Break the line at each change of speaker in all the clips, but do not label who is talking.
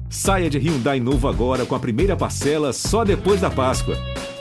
Saia de Hyundai novo agora com a primeira parcela só depois da Páscoa.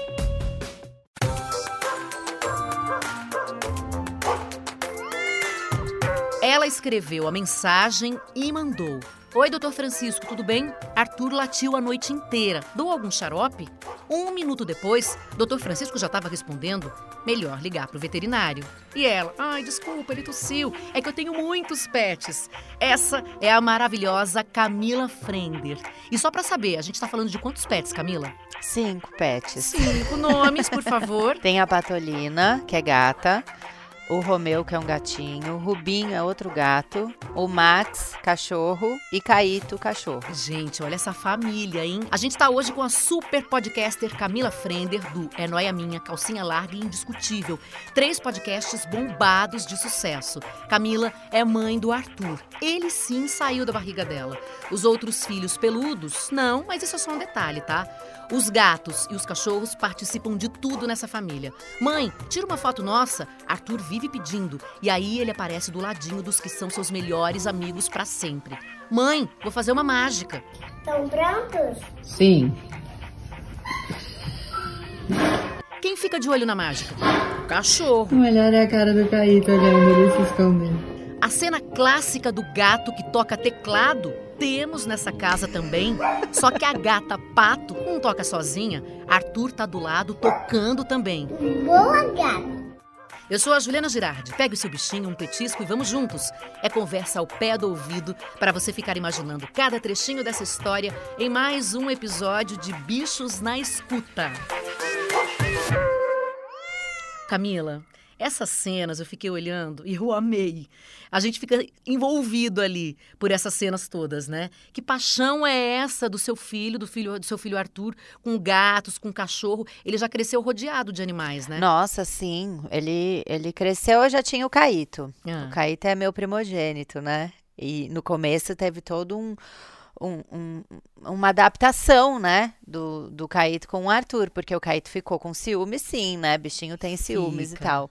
Ela escreveu a mensagem e mandou. Oi, doutor Francisco, tudo bem? Arthur latiu a noite inteira. Dou algum xarope? 1 minuto depois, doutor Francisco já estava respondendo. Melhor ligar pro veterinário. E ela, ai, desculpa, ele tossiu. É que eu tenho muitos pets. Essa é a maravilhosa Camila Frender. E só pra saber, a gente tá falando de quantos pets, Camila?
5 pets.
5 nomes, por favor.
Tem a Patolina, que é gata. O Romeu, que é um gatinho. O Rubinho é outro gato. O Max, cachorro. E Caíto, cachorro.
Gente, olha essa família, hein? A gente tá hoje com a super podcaster Camila Frender, do É Nóia Minha, Calcinha Larga e Indiscutível. 3 podcasts bombados de sucesso. Camila é mãe do Arthur. Ele sim saiu da barriga dela. Os outros filhos peludos, não, mas isso é só um detalhe, tá? Os gatos e os cachorros participam de tudo nessa família. Mãe, tira uma foto nossa. Arthur vive pedindo. E aí ele aparece do ladinho dos que são seus melhores amigos pra sempre. Mãe, vou fazer uma mágica.
Estão prontos?
Sim.
Quem fica de olho na mágica? O cachorro.
O melhor é a cara do Caíto olhando ele se escondendo.
A cena clássica do gato que toca teclado temos nessa casa também. Só que a gata Pato não toca sozinha. Arthur tá do lado tocando também.
Boa, gata.
Eu sou a Juliana Girardi. Pegue o seu bichinho, um petisco e vamos juntos. É conversa ao pé do ouvido para você ficar imaginando cada trechinho dessa história em mais um episódio de Bichos na Escuta. Camila, essas cenas eu fiquei olhando e eu amei. A gente fica envolvido ali por essas cenas todas, né? Que paixão é essa do seu filho, do seu filho Arthur, com gatos, com cachorro? Ele já cresceu rodeado de animais, né?
Nossa, sim. Ele cresceu, eu já tinha o Caíto.
Ah.
O Caíto é meu primogênito, né? E no começo teve todo uma adaptação, né, do Caíto com o Arthur, porque o Caíto ficou com ciúmes, sim, né, bichinho tem ciúmes e tal.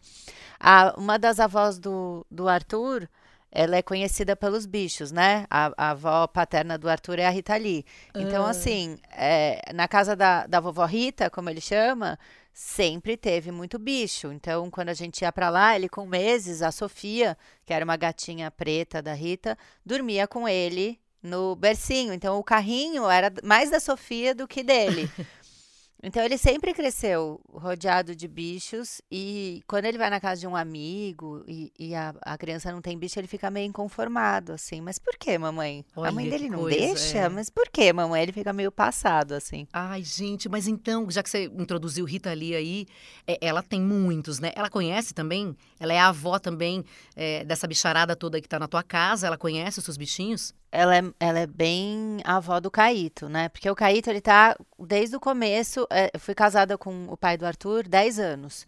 Uma das avós do Arthur, ela é conhecida pelos bichos, né, a avó paterna do Arthur é a Rita Lee. Então, assim, na casa da vovó Rita, como ele chama, sempre teve muito bicho. Então, quando a gente ia pra lá, ele com meses, a Sofia, que era uma gatinha preta da Rita, dormia com ele no bercinho. Então, o carrinho era mais da Sofia do que dele. Então, ele sempre cresceu rodeado de bichos. E quando ele vai na casa de um amigo e a criança não tem bicho, ele fica meio inconformado, assim. Mas por que, mamãe?
Olha,
a mãe dele não
coisa,
deixa? Mas por que, mamãe? Ele fica meio passado, assim.
Ai, gente, mas então, já que você introduziu Rita Lee aí, ela tem muitos, né? Ela conhece também? Ela é a avó também dessa bicharada toda que tá na tua casa? Ela conhece os seus bichinhos?
Ela é bem a avó do Caíto, né? Porque o Caíto, ele tá desde o começo. Eu fui casada com o pai do Arthur 10 anos.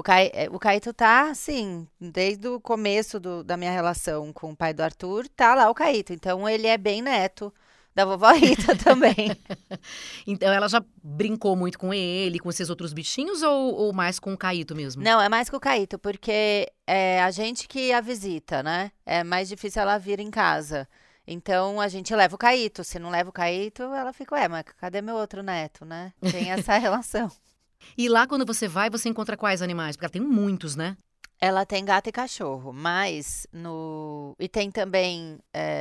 O Caíto tá, assim, desde o começo da minha relação com o pai do Arthur, tá lá o Caíto. Então, ele é bem neto da vovó Rita também.
Então, ela já brincou muito com ele, com esses outros bichinhos, ou mais com o Caíto mesmo?
Não, é mais com o Caíto, porque é a gente que a visita, né? É mais difícil ela vir em casa. Então, a gente leva o Caíto. Se não leva o Caíto, ela fica, mas cadê meu outro neto, né? Tem essa relação.
E lá, quando você vai, você encontra quais animais? Porque ela tem muitos, né?
Ela tem gato e cachorro, mas E tem também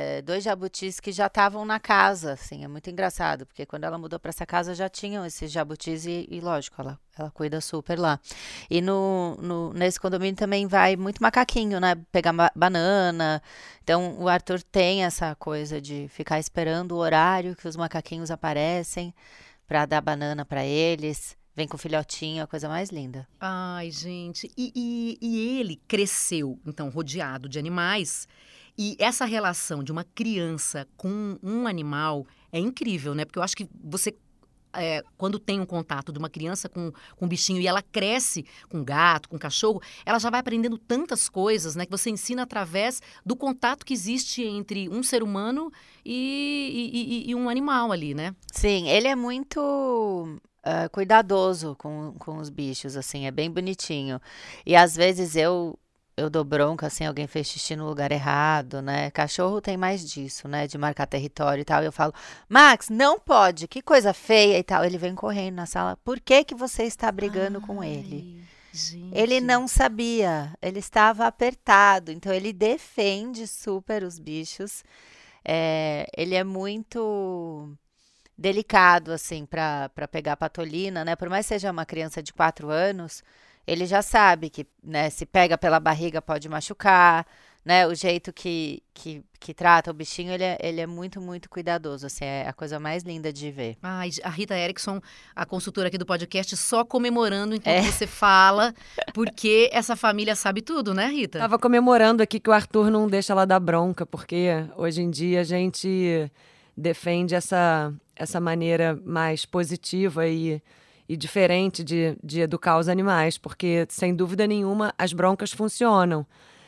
2 jabutis que já estavam na casa, assim, é muito engraçado, porque quando ela mudou para essa casa já tinham esses jabutis e lógico, ela cuida super lá. E nesse condomínio também vai muito macaquinho, né, pegar banana. Então o Arthur tem essa coisa de ficar esperando o horário que os macaquinhos aparecem para dar banana para eles. Vem com o filhotinho, a coisa mais linda.
Ai, gente. E ele cresceu, então, rodeado de animais. E essa relação de uma criança com um animal é incrível, né? Porque eu acho que você, quando tem um contato de uma criança com um bichinho e ela cresce com gato, com cachorro, ela já vai aprendendo tantas coisas, né? Que você ensina através do contato que existe entre um ser humano e um animal ali, né?
Sim, ele é muito cuidadoso com os bichos, assim, é bem bonitinho. E às vezes eu eu dou bronca, assim, alguém fez xixi no lugar errado, né? Cachorro tem mais disso, né? De marcar território e tal. Eu falo, Max, não pode, que coisa feia e tal. Ele vem correndo na sala, por que que você está brigando com ele? Ele
Gente.
não sabia, ele estava apertado, então ele defende super os bichos. Ele é muito delicado, assim, para pegar patolina, né? Por mais que seja uma criança de 4 anos, ele já sabe que, né, se pega pela barriga pode machucar, né? O jeito que trata o bichinho, ele é muito, muito cuidadoso, assim, é a coisa mais linda de ver.
Ai, a Rita Erickson, a consultora aqui do podcast, só comemorando enquanto você fala, porque essa família sabe tudo, né, Rita?
Tava comemorando aqui que o Arthur não deixa ela dar bronca, porque hoje em dia a gente defende essa maneira mais positiva e diferente de educar os animais, porque, sem dúvida nenhuma, as broncas funcionam,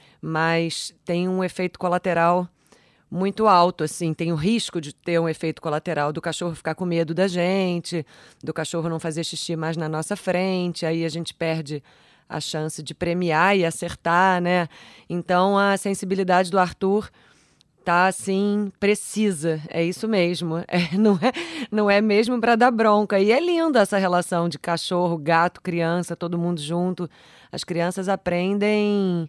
mas tem um efeito colateral muito alto, assim, tem o risco de ter um efeito colateral do cachorro ficar com medo da gente, do cachorro não fazer xixi mais na nossa frente, aí a gente perde a chance de premiar e acertar, né? Então, a sensibilidade do Arthur tá, assim, precisa. É isso mesmo. Não é mesmo para dar bronca. E é linda essa relação de cachorro, gato, criança, todo mundo junto. As crianças aprendem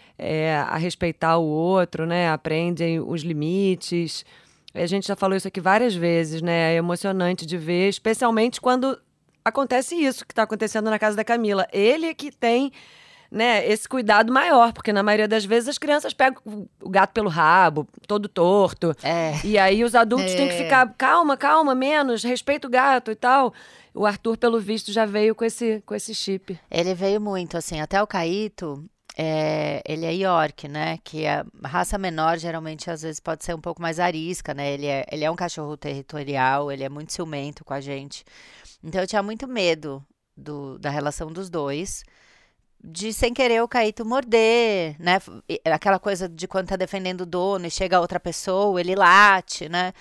a respeitar o outro, né? Aprendem os limites. A gente já falou isso aqui várias vezes, né? É emocionante de ver, especialmente quando acontece isso que está acontecendo na casa da Camila. Ele é que tem, né, esse cuidado maior, porque na maioria das vezes as crianças pegam o gato pelo rabo, todo torto. E aí os adultos têm que ficar, calma, menos, respeita o gato e tal. O Arthur, pelo visto, já veio com esse chip.
Ele veio muito, assim, até o Caíto, ele é York, né, que a raça menor geralmente às vezes pode ser um pouco mais arisca, né, ele é um cachorro territorial, ele é muito ciumento com a gente. Então eu tinha muito medo da relação dos dois, de sem querer o Caíto morder, né? Aquela coisa de quando tá defendendo o dono e chega outra pessoa, ele late, né?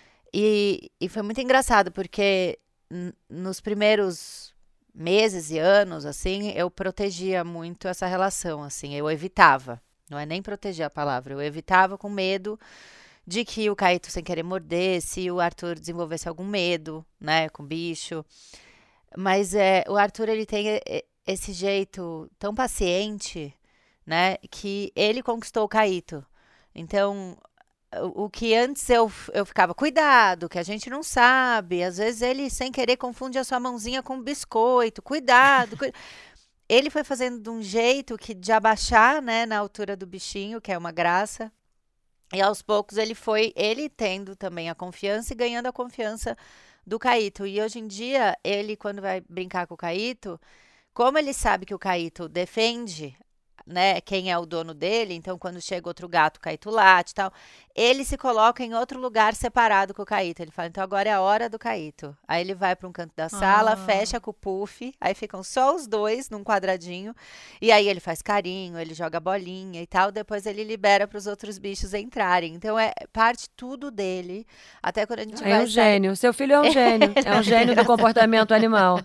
E foi muito engraçado, porque nos primeiros meses e anos, assim, eu protegia muito essa relação, assim, eu evitava, não é nem proteger a palavra, eu evitava com medo de que o Caíto sem querer mordesse, o Arthur desenvolvesse algum medo, né, com o bicho. Mas o Arthur, ele tem esse jeito tão paciente, né, que ele conquistou o Caíto. Então, o que antes eu ficava, cuidado, que a gente não sabe, às vezes ele sem querer confunde a sua mãozinha com um biscoito, cuidado. Ele foi fazendo de um jeito que de abaixar, né, na altura do bichinho, que é uma graça. E aos poucos ele tendo também a confiança e ganhando a confiança do Caíto. E hoje em dia, ele, quando vai brincar com o Caíto, como ele sabe que o Caíto defende, né, quem é o dono dele, então quando chega outro gato, o Caíto late e tal, ele se coloca em outro lugar separado com o Caíto. Ele fala, então agora é a hora do Caíto. Aí ele vai para um canto da sala, fecha com o puff, aí ficam só os dois num quadradinho, e aí ele faz carinho, ele joga bolinha e tal, depois ele libera para os outros bichos entrarem. Então parte tudo dele, até quando a gente vai...
É um gênio, seu filho é um gênio, é um gênio do comportamento animal.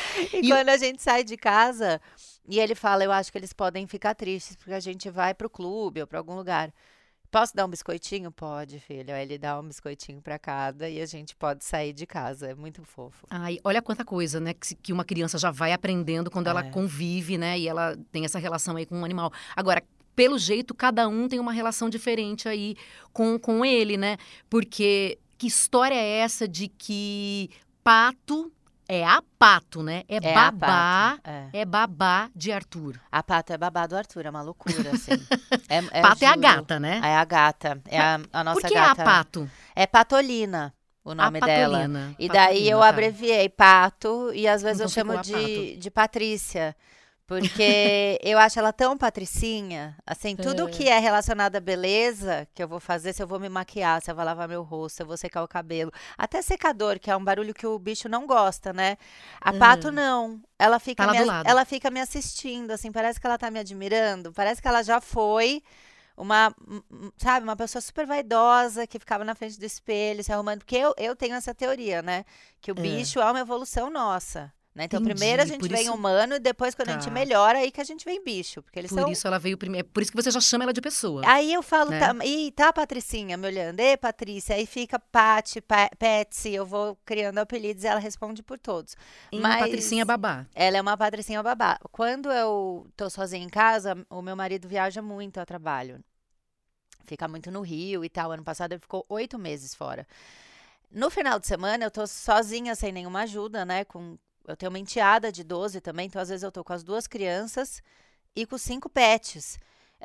E quando a gente sai de casa... E ele fala, eu acho que eles podem ficar tristes, porque a gente vai pro clube ou pra algum lugar. Posso dar um biscoitinho? Pode, filho. Aí ele dá um biscoitinho pra cada e a gente pode sair de casa. É muito fofo.
Ai, olha quanta coisa, né, que uma criança já vai aprendendo quando ela convive, né, e ela tem essa relação aí com um animal. Agora, pelo jeito, cada um tem uma relação diferente aí com ele, né? Porque que história é essa de que pato... É a Pato, né? É babá. É babá de Arthur.
A Pato é babá do Arthur, é uma loucura, assim.
Pato é a gata, né?
É a gata. É a nossa gata.
Por que é a Pato?
É Patolina, o nome dela.
Patolina.
E daí eu abreviei Pato e às vezes
Então
eu chamo
ficou
de Patrícia. Porque eu acho ela tão patricinha, assim, tudo que é relacionado à beleza que eu vou fazer, se eu vou me maquiar, se eu vou lavar meu rosto, se eu vou secar o cabelo, até secador, que é um barulho que o bicho não gosta, né? A Pato não, ela fica, ela fica me assistindo, assim, parece que ela tá me admirando, parece que ela já foi uma pessoa super vaidosa que ficava na frente do espelho se arrumando, porque eu tenho essa teoria, né? Que o bicho é uma evolução nossa. Né? Então,
Entendi,
primeiro a gente
por
vem
isso-
humano e depois, quando a gente
Tá.
melhora, aí que a gente vem bicho. Porque eles
Por
são.
isso ela veio primeiro. Por isso que você já chama ela de pessoa.
Aí eu falo,
né?
tá a Patricinha me olhando, ei, Patrícia, aí fica Pati, Patsy, eu vou criando apelidos e ela responde por todos.
Uma Patricinha babá.
Ela é uma Patricinha babá. Quando eu tô sozinha em casa, o meu marido viaja muito a trabalho. Fica muito no Rio e tal. Ano passado ele ficou 8 meses fora. No final de semana eu tô sozinha, sem nenhuma ajuda, né? Eu tenho uma enteada de 12 também, então às vezes eu tô com as 2 crianças e com 5 pets.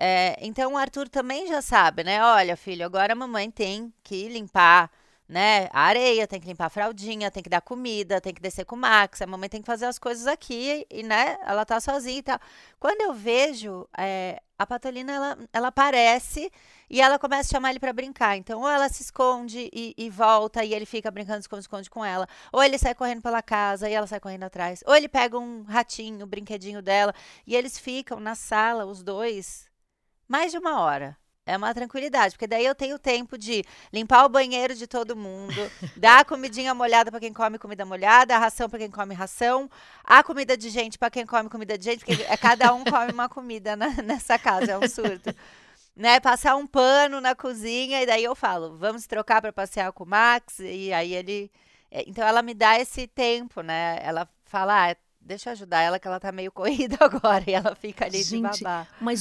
Então o Arthur também já sabe, né? Olha, filho, agora a mamãe tem que limpar, né, a areia, tem que limpar a fraldinha, tem que dar comida, tem que descer com o Max, a mamãe tem que fazer as coisas aqui e, né, ela tá sozinha e tal. Quando eu vejo, a Patolina, ela aparece e ela começa a chamar ele pra brincar. Então, ou ela se esconde e volta e ele fica brincando esconde-esconde com ela, ou ele sai correndo pela casa e ela sai correndo atrás, ou ele pega um ratinho, um brinquedinho dela e eles ficam na sala, os dois, mais de 1 hora. É uma tranquilidade, porque daí eu tenho tempo de limpar o banheiro de todo mundo, dar a comidinha molhada para quem come comida molhada, a ração para quem come ração, a comida de gente para quem come comida de gente, porque cada um come uma comida nessa casa, é um surto. Né? Passar um pano na cozinha e daí eu falo, vamos trocar para passear com o Max, e aí ele... Então ela me dá esse tempo, né? Ela fala, deixa eu ajudar ela que ela tá meio corrida agora. E ela fica ali de babá.
Mas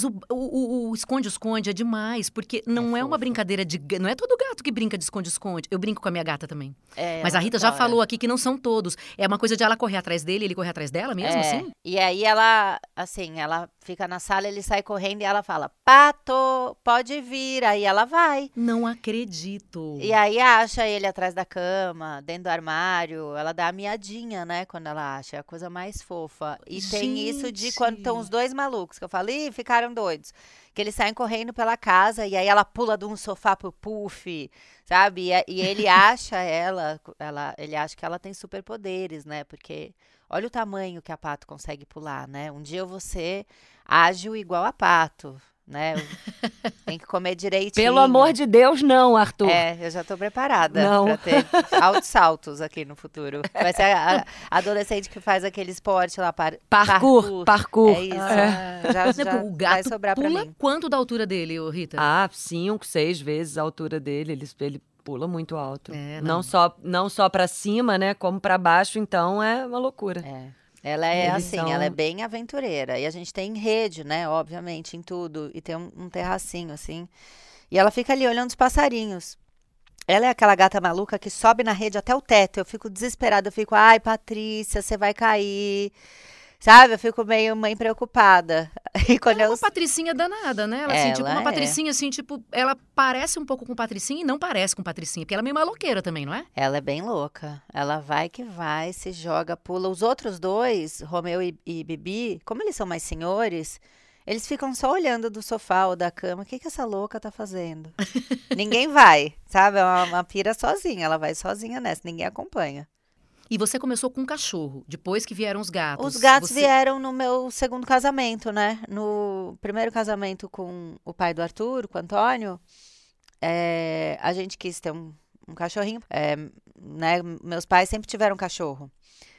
o esconde-esconde é demais, porque não é uma brincadeira de... Não é todo gato que brinca de esconde-esconde. Eu brinco com a minha gata também. Mas a Rita já falou aqui que não são todos. É uma coisa de ela correr atrás dele, ele correr atrás dela mesmo, assim?
E aí ela, assim, ela fica na sala, ele sai correndo e ela fala, Pato, pode vir. Aí ela vai.
Não acredito.
E aí acha ele atrás da cama, dentro do armário. Ela dá a miadinha, né, quando ela acha. É a coisa mais fofa. E tem isso de quando estão os dois malucos, que eu falo, ih, ficaram doidos. Que eles saem correndo pela casa e aí ela pula de um sofá pro puff, sabe? E ele acha ele acha que ela tem superpoderes, né? Porque olha o tamanho que a Pato consegue pular, né? Um dia eu vou ser ágil igual a Pato, né? Tem que comer direitinho.
Pelo amor de Deus, não, Arthur.
Eu já tô preparada pra ter altos saltos aqui no futuro. Vai ser a adolescente que faz aquele esporte lá,
parkour.
É isso. Já
o
vai
gato
sobrar pra
pula
mim.
quanto da altura dele, Rita?
5, 6 vezes a altura dele. Ele pula muito alto. Não só pra cima, né, como pra baixo, então é uma loucura.
Ela é
Eles
assim,
são-
ela é bem aventureira. E a gente tem rede, né? Obviamente, em tudo. E tem um terracinho, assim. E ela fica ali olhando os passarinhos. Ela é aquela gata maluca que sobe na rede até o teto. Eu fico desesperada. Eu fico, ai, Patrícia, você vai cair. Sabe? Eu fico meio mãe preocupada. E quando
Ela é
eu...
uma patricinha danada, né? Ela, assim, tipo,
Ela
uma
é.
patricinha, assim, tipo... Ela parece um pouco com patricinha e não parece com patricinha. Porque ela é meio maloqueira também, não é?
Ela é bem louca. Ela vai que vai, se joga, pula. Os outros dois, Romeu e Bibi, como eles são mais senhores, eles ficam só olhando do sofá ou da cama. O que essa louca tá fazendo? Ninguém vai, sabe? É uma pira sozinha. Ela vai sozinha nessa, ninguém acompanha.
E você começou com um cachorro, depois que vieram os gatos.
Os gatos
Você-
vieram no meu segundo casamento, né? No primeiro casamento com o pai do Arthur, com o Antônio, a gente quis ter um cachorrinho. Né? Meus pais sempre tiveram cachorro.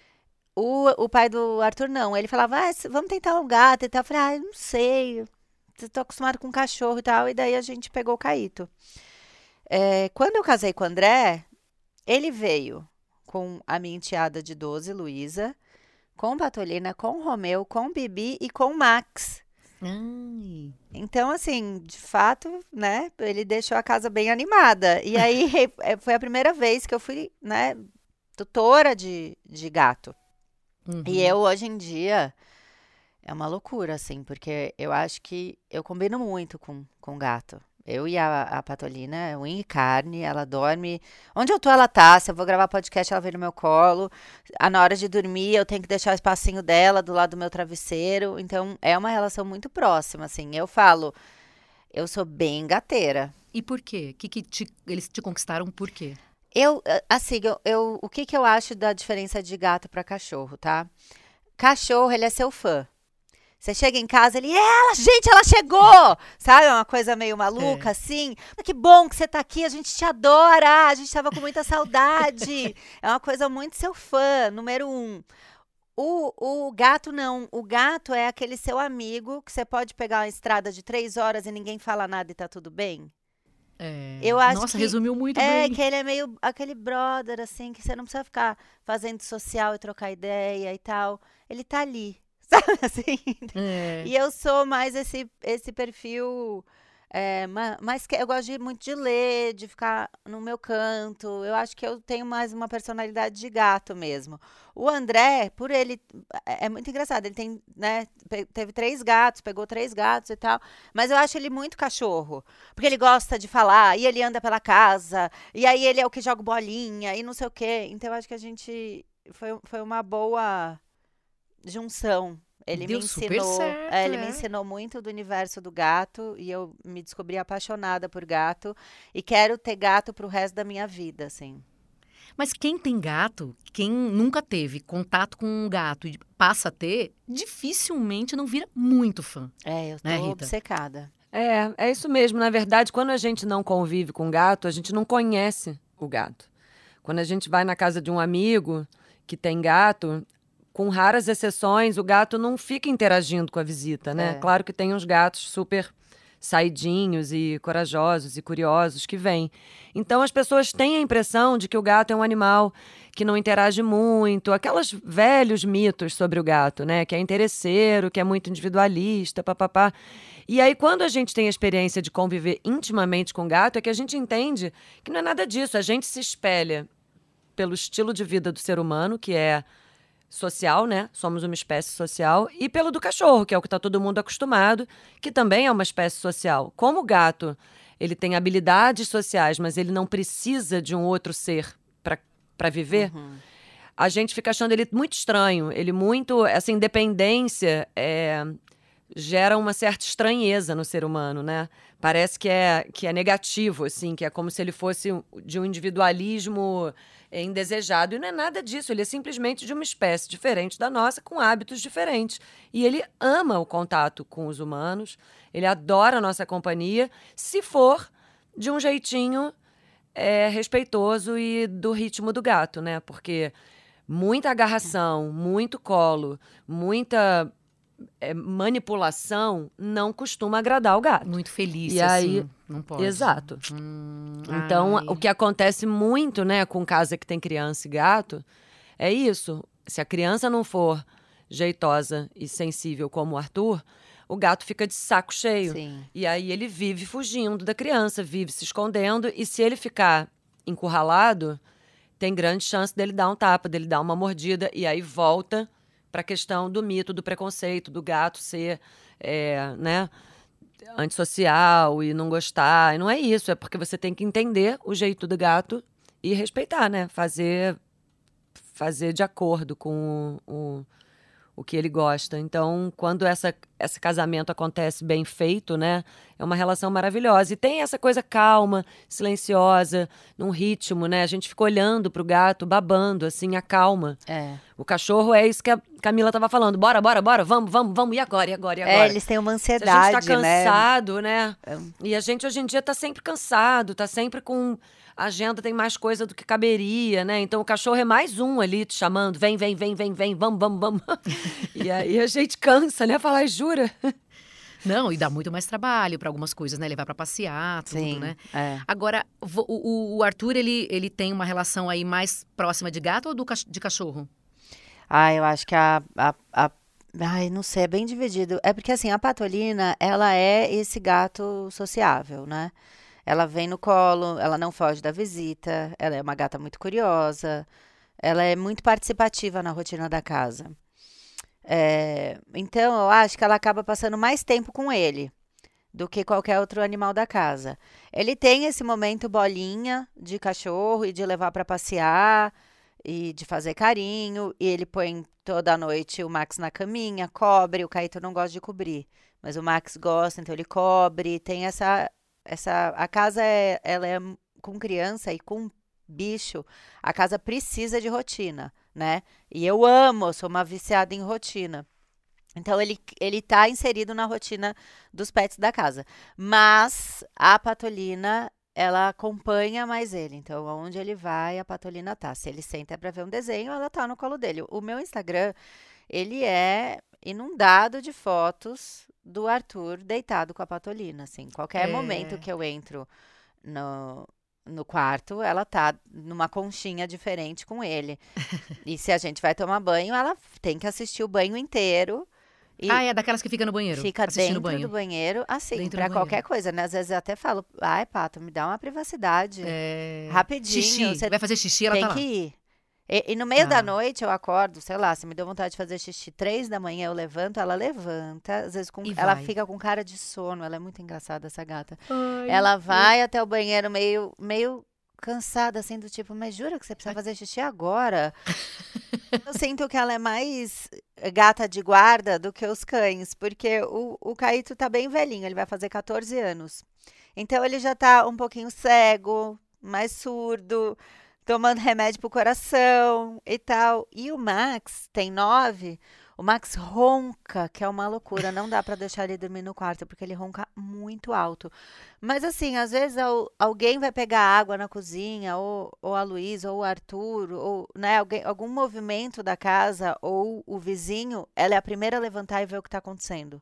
O pai do Arthur, não. Ele falava, vamos tentar um gato e tal. Eu falei, não sei. Tô acostumado com cachorro e tal. E daí a gente pegou o Caíto. Quando eu casei com o André, ele veio com a minha enteada de 12, Luísa, com Patolina, com Romeu, com Bibi e com Max.
Ai.
Então, assim, de fato, né, ele deixou a casa bem animada. E aí, foi a primeira vez que eu fui, né, tutora de gato.
Uhum.
E eu, hoje em dia, é uma loucura, assim, porque eu acho que eu combino muito com gato. Eu e a Patolina, unha e carne, ela dorme... Onde eu tô, ela tá. Se eu vou gravar podcast, ela vem no meu colo. Na hora de dormir, eu tenho que deixar o espacinho dela do lado do meu travesseiro. Então, é uma relação muito próxima, assim. Eu falo, eu sou bem gateira.
E por quê? Eles te conquistaram por quê?
O que eu acho da diferença de gato pra cachorro, tá? Cachorro, ele é seu fã. Você chega em casa, ela chegou! Sabe, uma coisa meio maluca, assim. Que bom que você tá aqui, a gente te adora, a gente tava com muita saudade. É uma coisa muito seu fã, número 1. O gato não. O gato é aquele seu amigo que você pode pegar uma estrada de 3 horas e ninguém fala nada e tá tudo bem. Eu acho
Nossa,
que
resumiu muito
é
bem.
que ele é meio aquele brother, assim, que você não precisa ficar fazendo social e trocar ideia e tal. Ele tá ali, sabe assim?
É.
E eu sou mais esse perfil, mais que eu gosto muito de ler, de ficar no meu canto. Eu acho que eu tenho mais uma personalidade de gato mesmo. O André, por ele, é muito engraçado. Ele tem, né, teve 3 gatos, pegou 3 gatos e tal. Mas eu acho ele muito cachorro. Porque ele gosta de falar, e ele anda pela casa, e aí ele é o que joga bolinha, e não sei o quê. Então eu acho que a gente foi uma boa junção. Ele
Deu
me
super
ensinou,
certo,
ele me ensinou muito do universo do gato e eu me descobri apaixonada por gato e quero ter gato pro resto da minha vida, assim.
Mas quem tem gato, quem nunca teve contato com um gato e passa a ter, dificilmente não vira muito fã.
Eu tô
Né, Rita?
obcecada.
É isso mesmo. Na verdade, quando a gente não convive com gato, a gente não conhece o gato. Quando a gente vai na casa de um amigo que tem gato, com raras exceções, o gato não fica interagindo com a visita, né? Claro que tem uns gatos super saidinhos e corajosos e curiosos que vêm. Então as pessoas têm a impressão de que o gato é um animal que não interage muito, aqueles velhos mitos sobre o gato, né? Que é interesseiro, que é muito individualista, papapá. E aí, quando a gente tem a experiência de conviver intimamente com o gato, é que a gente entende que não é nada disso. A gente se espelha pelo estilo de vida do ser humano, que é social, né? Somos uma espécie social. E pelo do cachorro, que é o que está todo mundo acostumado, que também é uma espécie social. Como o gato, ele tem habilidades sociais, mas ele não precisa de um outro ser para viver, a gente fica achando ele muito estranho. Ele muito... Essa independência gera uma certa estranheza no ser humano, né? Parece que é negativo, assim, que é como se ele fosse de um individualismo indesejado. E não é nada disso, ele é simplesmente de uma espécie diferente da nossa, com hábitos diferentes. E ele ama o contato com os humanos, ele adora a nossa companhia, se for de um jeitinho respeitoso e do ritmo do gato, né? Porque muita agarração, muito colo, muita manipulação não costuma agradar o gato.
Muito feliz,
E
assim,
aí,
não pode.
exato. Então, o que acontece muito, né, com casa que tem criança e gato, é isso. Se a criança não for jeitosa e sensível como o Arthur, o gato fica de saco cheio.
Sim.
E aí ele vive fugindo da criança, vive se escondendo. E se ele ficar encurralado, tem grande chance dele dar um tapa, dele dar uma mordida. E aí volta para a questão do mito, do preconceito, do gato ser, né, antissocial e não gostar. E não é isso, é porque você tem que entender o jeito do gato e respeitar, né? Fazer de acordo com o que ele gosta. Então, quando esse casamento acontece bem feito, né? É uma relação maravilhosa. E tem essa coisa calma, silenciosa, num ritmo, né? A gente fica olhando pro gato, babando, assim, a calma. O cachorro é isso que a Camila tava falando. Bora, vamos, e agora?
Eles têm uma ansiedade,
a gente tá cansado, né? E a gente, hoje em dia, tá sempre cansado, tá sempre com... A agenda tem mais coisa do que caberia, né? Então o cachorro é mais um ali te chamando. Vem, vamos. E aí a gente cansa, né? Falar, jura?
Não, e dá muito mais trabalho para algumas coisas, né? Levar para passear, tudo,
Sim,
né? Agora, o Arthur, ele tem uma relação aí mais próxima de gato ou de cachorro?
Eu acho que ai, não sei, é bem dividido. É porque, assim, a Patolina, ela é esse gato sociável, né? Ela vem no colo, ela não foge da visita, ela é uma gata muito curiosa, ela é muito participativa na rotina da casa. Então, eu acho que ela acaba passando mais tempo com ele do que qualquer outro animal da casa. Ele tem esse momento bolinha de cachorro e de levar para passear e de fazer carinho, e ele põe toda noite o Max na caminha, cobre, o Caíto não gosta de cobrir, mas o Max gosta, então ele cobre, tem a casa ela é com criança e com bicho, a casa precisa de rotina, né? E eu sou uma viciada em rotina. Então ele tá inserido na rotina dos pets da casa. Mas a Patolina ela acompanha mais ele. Então, onde ele vai, a Patolina tá. Se ele senta pra ver um desenho, ela tá no colo dele. O meu Instagram, ele é inundado de fotos do Arthur deitado com a Patolina, assim. Qualquer momento que eu entro no quarto, ela tá numa conchinha diferente com ele. E se a gente vai tomar banho, ela tem que assistir o banho inteiro. E
é daquelas que fica no banheiro.
fica
assistindo
dentro
banho.
do banheiro, assim,
Dentro
pra
do
qualquer
banheiro.
coisa, né? Às vezes eu até falo, ai, Pato, me dá uma privacidade. Rapidinho.
Xixi.
Você
Vai fazer xixi, ela
tem
tá lá.
que ir. E no meio
Tá.
da noite eu acordo, sei lá, se me deu vontade de fazer xixi 3 da manhã, eu levanto, ela levanta, às vezes
E
ela
vai.
fica com cara de sono, ela é muito engraçada, essa gata. Ela vai até o banheiro meio cansada, assim, do tipo, mas jura que você precisa fazer xixi agora? Eu sinto que ela é mais gata de guarda do que os cães, porque o Caíto tá bem velhinho, ele vai fazer 14 anos. Então ele já tá um pouquinho cego, mais surdo, tomando remédio pro coração e tal. E o Max tem 9. O Max ronca, que é uma loucura. Não dá pra deixar ele dormir no quarto, porque ele ronca muito alto. Mas assim, às vezes alguém vai pegar água na cozinha, ou a Luísa, ou o Arthur, ou né, algum movimento da casa, ou o vizinho, ela é a primeira a levantar e ver o que tá acontecendo.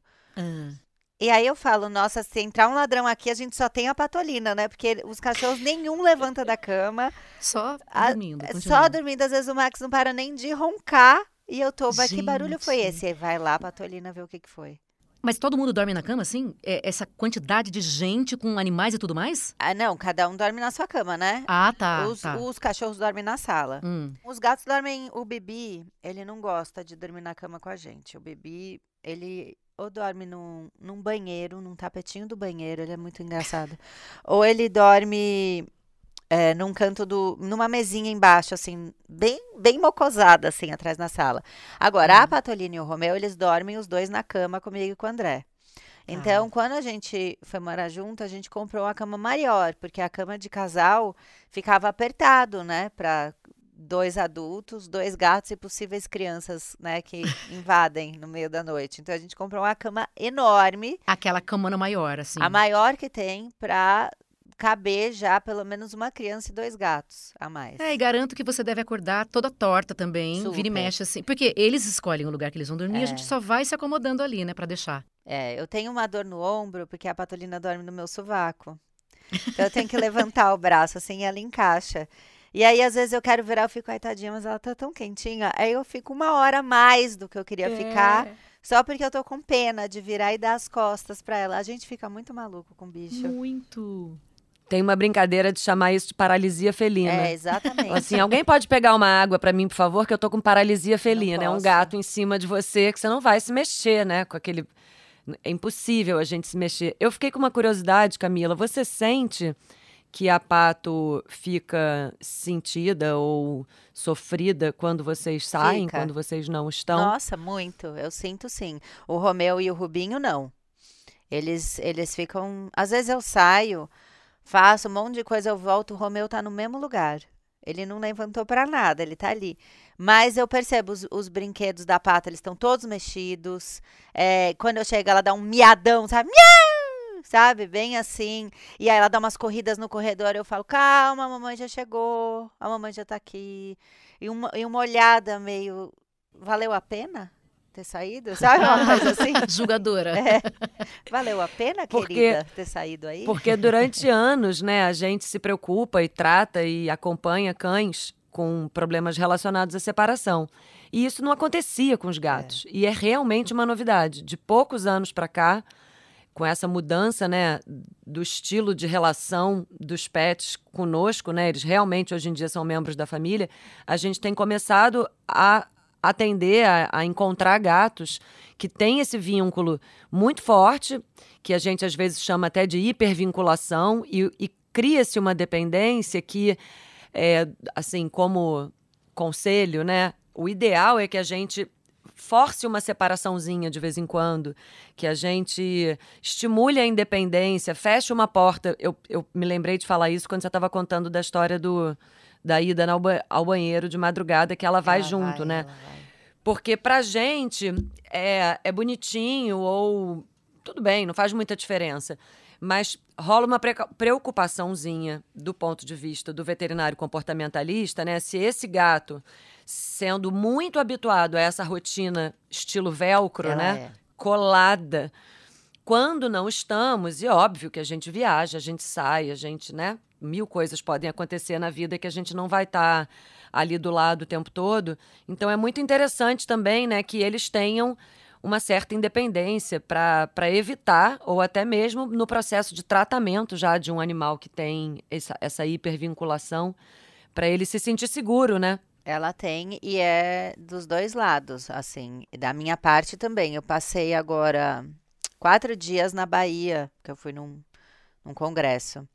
E aí eu falo, nossa, se entrar um ladrão aqui, a gente só tem a Patolina, né? Porque os cachorros nenhum levanta da cama.
Só dormindo.
Só
continuando.
dormindo, às vezes o Max não para nem de roncar. E eu tô, mas que barulho foi
Gente.
esse? Aí vai lá, Patolina, ver o que foi.
Mas todo mundo dorme na cama, assim? Essa quantidade de gente com animais e tudo mais?
Ah, não, cada um dorme na sua cama, né?
Ah, tá.
Os cachorros dormem na sala. Os gatos dormem. O Bibi, ele não gosta de dormir na cama com a gente. O Bibi, ele ou dorme num banheiro, num tapetinho do banheiro, ele é muito engraçado. Ou ele dorme num canto numa mesinha embaixo, assim, bem mocosada, assim, atrás na sala. Agora, a Patolina e o Romeu, eles dormem os dois na cama comigo e com o André. Então, quando a gente foi morar junto, a gente comprou uma cama maior, porque a cama de casal ficava apertado, né, para 2 adultos, 2 gatos e possíveis crianças, né, que invadem no meio da noite. Então, a gente comprou uma cama enorme,
Aquela camona maior, assim.
a maior que tem, para caber já pelo menos uma criança e 2 gatos a mais.
E garanto que você deve acordar toda torta também, vira e
Super.
mexe assim. Porque eles escolhem o lugar que eles vão dormir, a gente só vai se acomodando ali, né, pra deixar.
Eu tenho uma dor no ombro, porque a Patolina dorme no meu sovaco. Então, eu tenho que levantar o braço, assim, e ela encaixa. E aí, às vezes, eu quero virar, eu fico, ai, tadinha, mas ela tá tão quentinha. Aí, eu fico 1 hora a mais do que eu queria ficar, só porque eu tô com pena de virar e dar as costas pra ela. A gente fica muito maluco com o bicho.
Muito.
Tem uma brincadeira de chamar isso de paralisia felina.
Exatamente.
Assim, alguém pode pegar uma água pra mim, por favor, que eu tô com paralisia felina. É um
posso.
gato em cima de você que você não vai se mexer, né? Com aquele... É impossível a gente se mexer. Eu fiquei com uma curiosidade, Camila. Você sente que a Pato fica sentida ou sofrida quando vocês saem,
Fica.
quando vocês não estão?
Nossa, muito. Eu sinto sim. O Romeu e o Rubinho, não. Eles ficam... Às vezes eu saio, faço um monte de coisa, eu volto, o Romeu tá no mesmo lugar. Ele não levantou pra nada, ele tá ali. Mas eu percebo os brinquedos da Pata, eles estão todos mexidos. Quando eu chego, ela dá um miadão, sabe? Miau! Sabe? Bem assim. E aí ela dá umas corridas no corredor, eu falo, calma, a mamãe já chegou, a mamãe já tá aqui. E uma olhada meio, valeu a pena ter saído? Sabe uma coisa assim?
Julgadora.
Valeu a pena,
Porque-
querida, ter saído aí?
Porque durante anos, né, a gente se preocupa e trata e acompanha cães com problemas relacionados à separação. E isso não acontecia com os gatos. E é realmente uma novidade. De poucos anos para cá, com essa mudança, né, do estilo de relação dos pets conosco, né, eles realmente hoje em dia são membros da família, a gente tem começado a atender, a encontrar gatos que têm esse vínculo muito forte, que a gente às vezes chama até de hipervinculação, e cria-se uma dependência que, assim, como conselho, né, o ideal é que a gente force uma separaçãozinha de vez em quando, que a gente estimule a independência, feche uma porta. Eu me lembrei de falar isso quando você estava contando da história da ida ao banheiro de madrugada, que ela vai junto, né?
Ela vai.
Porque pra gente é bonitinho ou tudo bem, não faz muita diferença. Mas rola uma preocupaçãozinha do ponto de vista do veterinário comportamentalista, né? Se esse gato, sendo muito habituado a essa rotina estilo velcro,
Ela
né?
é.
Colada, quando não estamos, e óbvio que a gente viaja, a gente sai, a gente, né? 1000 coisas podem acontecer na vida que a gente não vai estar ali do lado o tempo todo. Então é muito interessante também, né, que eles tenham uma certa independência para evitar, ou até mesmo no processo de tratamento já de um animal que tem essa hipervinculação, para ele se sentir seguro, né?
Ela tem, e é dos dois lados, assim. Da minha parte também. Eu passei agora 4 dias na Bahia, que eu fui num congresso.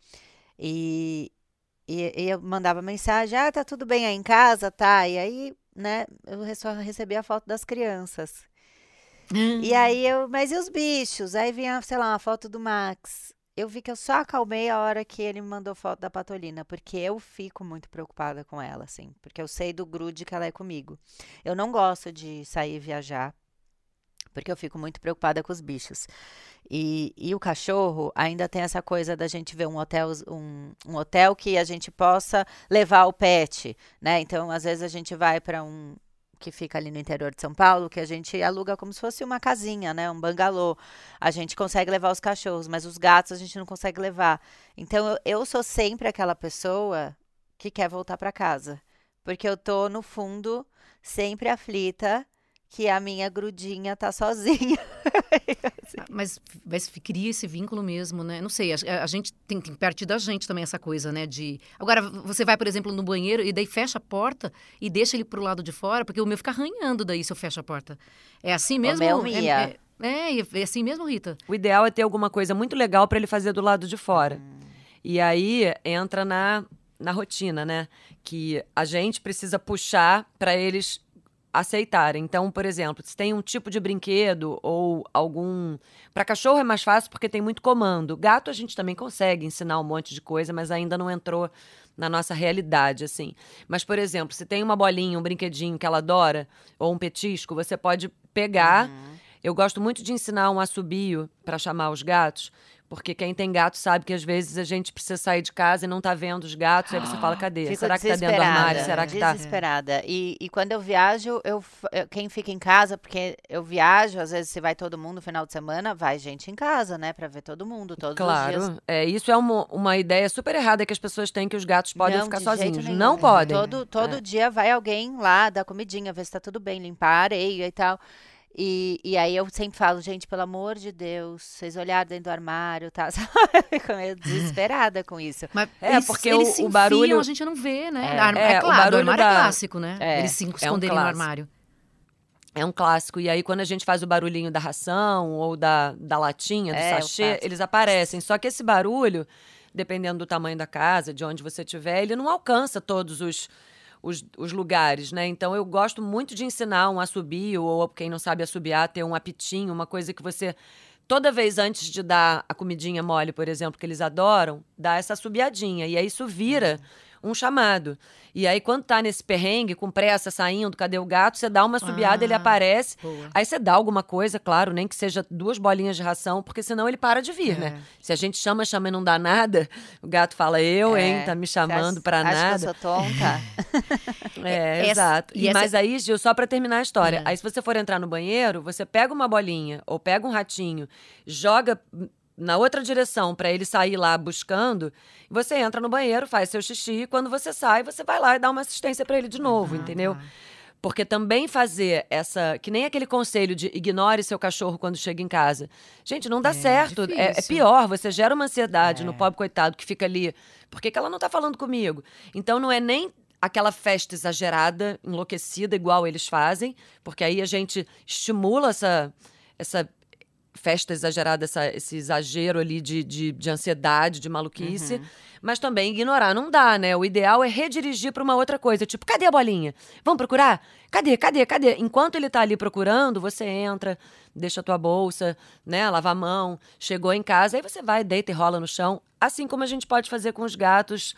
E eu mandava mensagem, tá tudo bem aí em casa, tá? E aí, né, eu só recebi a foto das crianças. E aí mas e os bichos? Aí vinha, sei lá, uma foto do Max. Eu vi que eu só acalmei a hora que ele me mandou foto da Patolina, porque eu fico muito preocupada com ela, assim, porque eu sei do grude que ela é comigo. Eu não gosto de sair e viajar, porque eu fico muito preocupada com os bichos. E o cachorro ainda tem essa coisa da gente ver um hotel que a gente possa levar o pet, né? Então, às vezes a gente vai para um que fica ali no interior de São Paulo, que a gente aluga como se fosse uma casinha, né? Um bangalô. A gente consegue levar os cachorros, mas os gatos a gente não consegue levar. Então, eu sou sempre aquela pessoa que quer voltar para casa, porque eu tô, no fundo, sempre aflita que a minha grudinha tá sozinha.
Mas cria esse vínculo mesmo, né? Não sei, a gente tem que partir da gente também essa coisa, né? Agora, você vai, por exemplo, no banheiro e daí fecha a porta e deixa ele pro lado de fora, porque o meu fica arranhando daí se eu fecho a porta. É assim mesmo?
O meu Mia.
É assim mesmo, Rita?
O ideal é ter alguma coisa muito legal para ele fazer do lado de fora. E aí entra na rotina, né? Que a gente precisa puxar para eles aceitarem. Então, por exemplo, se tem um tipo de brinquedo ou algum... Para cachorro é mais fácil porque tem muito comando. Gato a gente também consegue ensinar um monte de coisa, mas ainda não entrou na nossa realidade, assim. Mas, por exemplo, se tem uma bolinha, um brinquedinho que ela adora, ou um petisco, você pode pegar... Eu gosto muito de ensinar um assobio para chamar os gatos, porque quem tem gato sabe que às vezes a gente precisa sair de casa e não tá vendo os gatos, aí você fala, cadê?
Fico
Será que tá dentro do armário? Será que tá?
Desesperada. E quando eu viajo, quem fica em casa, porque eu viajo, às vezes se vai todo mundo no final de semana, vai gente em casa, né? Pra ver todo mundo, todos os dias.
Claro, isso é uma ideia super errada que as pessoas têm, que os gatos podem
Não,
ficar
de jeito
sozinhos.
nenhum.
Não podem.
Todo dia vai alguém lá dar comidinha, ver se tá tudo bem, limpar a areia e tal. E aí eu sempre falo, gente, pelo amor de Deus, vocês olharam dentro do armário, tá? Eu fico meio desesperada com isso.
Mas
porque
eles
o
se enfiam,
barulho...
a gente não vê, né?
o
Claro,
barulho
o armário é
da...
clássico, né? Eles se esconderem no
clássico.
armário.
É um clássico. E aí, quando a gente faz o barulhinho da ração ou da latinha, do sachê, eles aparecem. Só que esse barulho, dependendo do tamanho da casa, de onde você estiver, ele não alcança todos os lugares, né? Então, eu gosto muito de ensinar um assobio, ou quem não sabe assobiar, ter um apitinho, uma coisa que você... Toda vez antes de dar a comidinha mole, por exemplo, que eles adoram, dá essa assobiadinha. E aí isso vira um chamado. E aí, quando tá nesse perrengue, com pressa, saindo, cadê o gato? Você dá uma assobiada, ele aparece.
Boa.
Aí você dá alguma coisa, claro, nem que seja 2 bolinhas de ração, porque senão ele para de vir, né? Se a gente chama e não dá nada, o gato fala, hein, tá me chamando pra nada.
Acho que eu sou tonta.
Exato. Mas aí, Gil, só pra terminar a história. Aí, se você for entrar no banheiro, você pega uma bolinha ou pega um ratinho, joga na outra direção para ele sair lá buscando, você entra no banheiro, faz seu xixi, e quando você sai, você vai lá e dá uma assistência para ele de novo, entendeu? Porque também fazer que nem aquele conselho de ignore seu cachorro quando chega em casa. Gente, não dá certo. É pior, você gera uma ansiedade no pobre coitado que fica ali. Por que ela não tá falando comigo? Então não é nem aquela festa exagerada, enlouquecida, igual eles fazem, porque aí a gente estimula essa festa exagerada, esse exagero ali de ansiedade, de maluquice, mas também ignorar não dá, né? O ideal é redirigir para uma outra coisa, tipo, cadê a bolinha? Vamos procurar? Cadê? Enquanto ele tá ali procurando, você entra, deixa a tua bolsa, né? Lava a mão, chegou em casa, aí você vai, deita e rola no chão, assim como a gente pode fazer com os gatos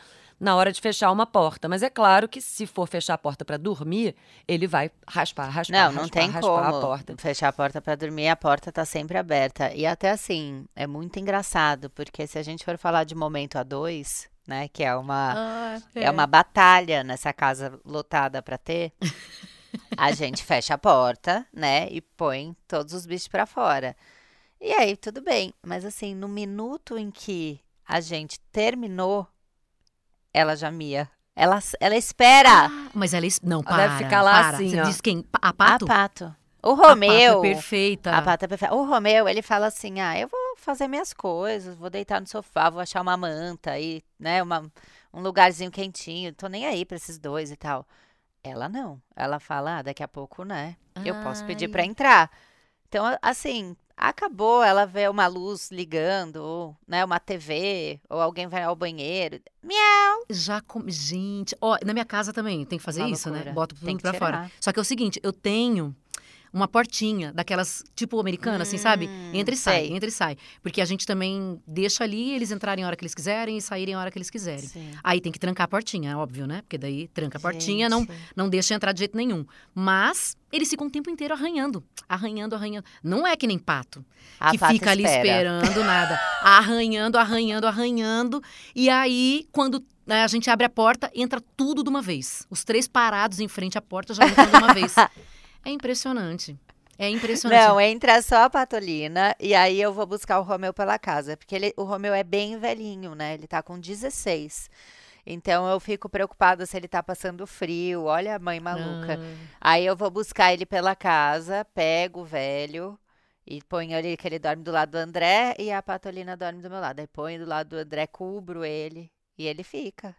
na hora de fechar uma porta. Mas é claro que se for fechar a porta para dormir, ele vai raspar
Não tem como
a porta.
fechar a porta para dormir, a porta tá sempre aberta. E até assim, é muito engraçado, porque se a gente for falar de momento a dois, né, que é uma batalha nessa casa lotada para ter, a gente fecha a porta, né, e põe todos os bichos para fora. E aí, tudo bem. Mas assim, no minuto em que a gente terminou, ela já mia. Ela espera.
Mas ela... Não,
Ela deve
para,
ficar lá
para.
assim,
Você
ó.
diz quem? A Pato?
A Pato. O
A Pato
Romeu.
é perfeita.
A Pato é perfeita. O Romeu, ele fala assim, eu vou fazer minhas coisas, vou deitar no sofá, vou achar uma manta aí, né, um lugarzinho quentinho, tô nem aí pra esses dois e tal. Ela não. Ela fala, daqui a pouco, né, eu posso pedir pra entrar. Então, assim, acabou, ela vê uma luz ligando, ou, né, uma TV, ou alguém vai ao banheiro. Miau!
Gente, ó, na minha casa também tem que fazer
Uma
isso, né?
loucura.
Boto
Tem
tudo
que
pra fora.
tirar.
Só que é o seguinte, eu tenho uma portinha daquelas tipo americana, assim, sabe? Entra e sai,
sei.
entra e sai. Porque a gente também deixa ali eles entrarem a hora que eles quiserem e saírem a hora que eles quiserem.
Sim.
Aí tem que trancar a portinha, é óbvio, né? Porque daí tranca a portinha,
Gente.
não deixa entrar de jeito nenhum. Mas eles ficam o tempo inteiro arranhando. Arranhando, arranhando. Não é que nem pato,
A
que
Pato
fica ali
espera.
esperando nada. Arranhando, arranhando, arranhando. E aí, quando a gente abre a porta, entra tudo de uma vez. Os três parados em frente à porta já entram de uma vez. É impressionante. É impressionante.
Não, entra só a Patolina e aí eu vou buscar o Romeu pela casa. Porque o Romeu é bem velhinho, né? Ele tá com 16. Então eu fico preocupada se ele tá passando frio. Olha a mãe maluca. Aí eu vou buscar ele pela casa, pego o velho e ponho ele, que ele dorme do lado do André e a Patolina dorme do meu lado. Aí ponho do lado do André, cubro ele e ele fica.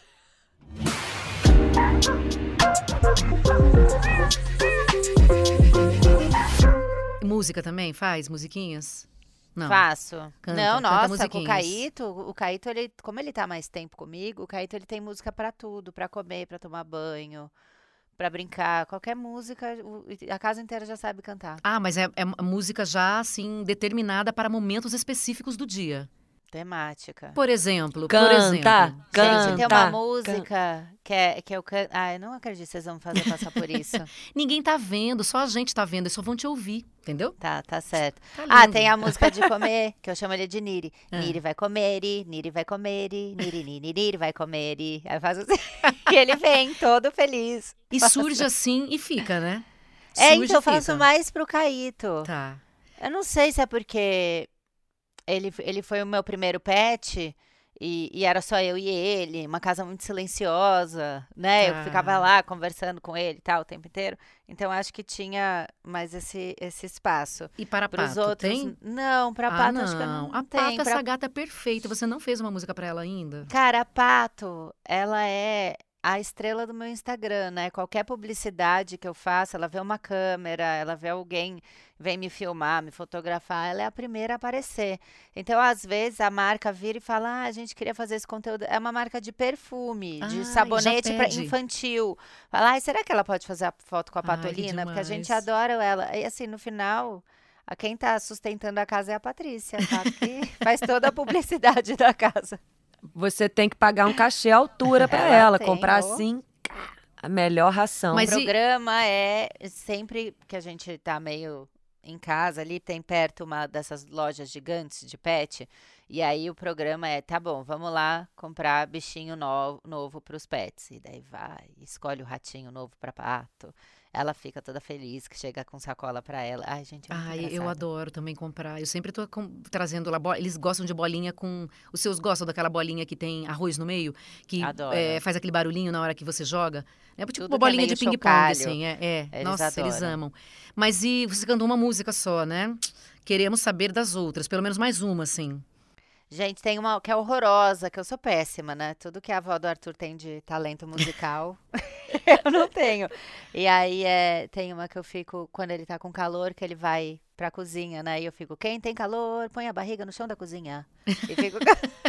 Música também? Faz musiquinhas? Não.
Faço.
Canta,
Não,
canta
nossa, com
musiquinhas.
o Caíto, ele, como ele tá mais tempo comigo, o Caíto, ele tem música pra tudo, pra comer, pra tomar banho, pra brincar, qualquer música, a casa inteira já sabe cantar.
Ah, mas é uma música já, assim, determinada para momentos específicos do dia.
Temática.
Por exemplo,
Canta,
Gente, tem uma
canta.
música que eu canto. Ah, eu não acredito que vocês vão me fazer passar por isso.
Ninguém tá vendo, só a gente tá vendo, eles só vão te ouvir, entendeu?
Tá certo.
Tá
Ah,
lindo.
tem a música de comer, que eu chamo ele de Niri. Niri vai comer, Niri vai comer, Niri vai comer. Aí eu faço assim. E ele vem todo feliz.
E surge assim e fica, né?
É,
Surge
então eu
e fica.
faço mais pro Caíto.
Tá.
Eu não sei se é porque ele foi o meu primeiro pet e era só eu e ele, uma casa muito silenciosa, né?
Tá.
Eu ficava lá conversando com ele e tal o tempo inteiro. Então acho que tinha mais esse espaço.
E para
Pros
Pato,
outros,
tem?
não, pra Pato acho que eu não
A
tenho.
Pato,
Pra-
essa gata é perfeita. Você não fez uma música pra ela ainda?
Cara, a Pato, ela é a estrela do meu Instagram, né? Qualquer publicidade que eu faço, ela vê uma câmera, ela vê alguém, vem me filmar, me fotografar, ela é a primeira a aparecer. Então, às vezes, a marca vira e fala, a gente queria fazer esse conteúdo. É uma marca de perfume,
Ah, e
de
já
sabonete pra
pede.
infantil. Fala, será que ela pode fazer a foto com a
Ai, que
Patolina? Porque a gente
demais.
adora ela. E assim, no final... Quem tá sustentando a casa é a Patrícia, tá? Que faz toda a publicidade da casa.
Você tem que pagar um cachê à altura pra
Ela
ela,
tem,
comprar
ó.
assim a melhor ração.
Mas
O programa é sempre que a gente tá meio em casa ali, tem perto uma dessas lojas gigantes de pet. E aí o programa é, tá bom, vamos lá comprar bichinho novo pros pets. E daí vai, escolhe o ratinho novo pra Pato. Ela fica toda feliz que chega com sacola pra ela. Ai, gente, é muito
Ai, eu
engraçado.
adoro também comprar. Eu sempre tô trazendo lá. Eles gostam de bolinha com. Os seus gostam daquela bolinha que tem arroz no meio? Que
Adoro.
faz aquele barulhinho na hora que você joga? É tipo
Tudo
uma
que é
bolinha de
meio
ping-pong,
chocalho,
assim.
eles
Nossa, eles
adoram.
amam. Mas e você cantou uma música só, né? Queremos saber das outras. Pelo menos mais uma, assim.
Gente, tem uma que é horrorosa, que eu sou péssima, né? Tudo que a avó do Arthur tem de talento musical, eu não tenho. E aí tem uma que eu fico, quando ele tá com calor, que ele vai pra cozinha, né? E eu fico, quem tem calor, põe a barriga no chão da cozinha. E fico...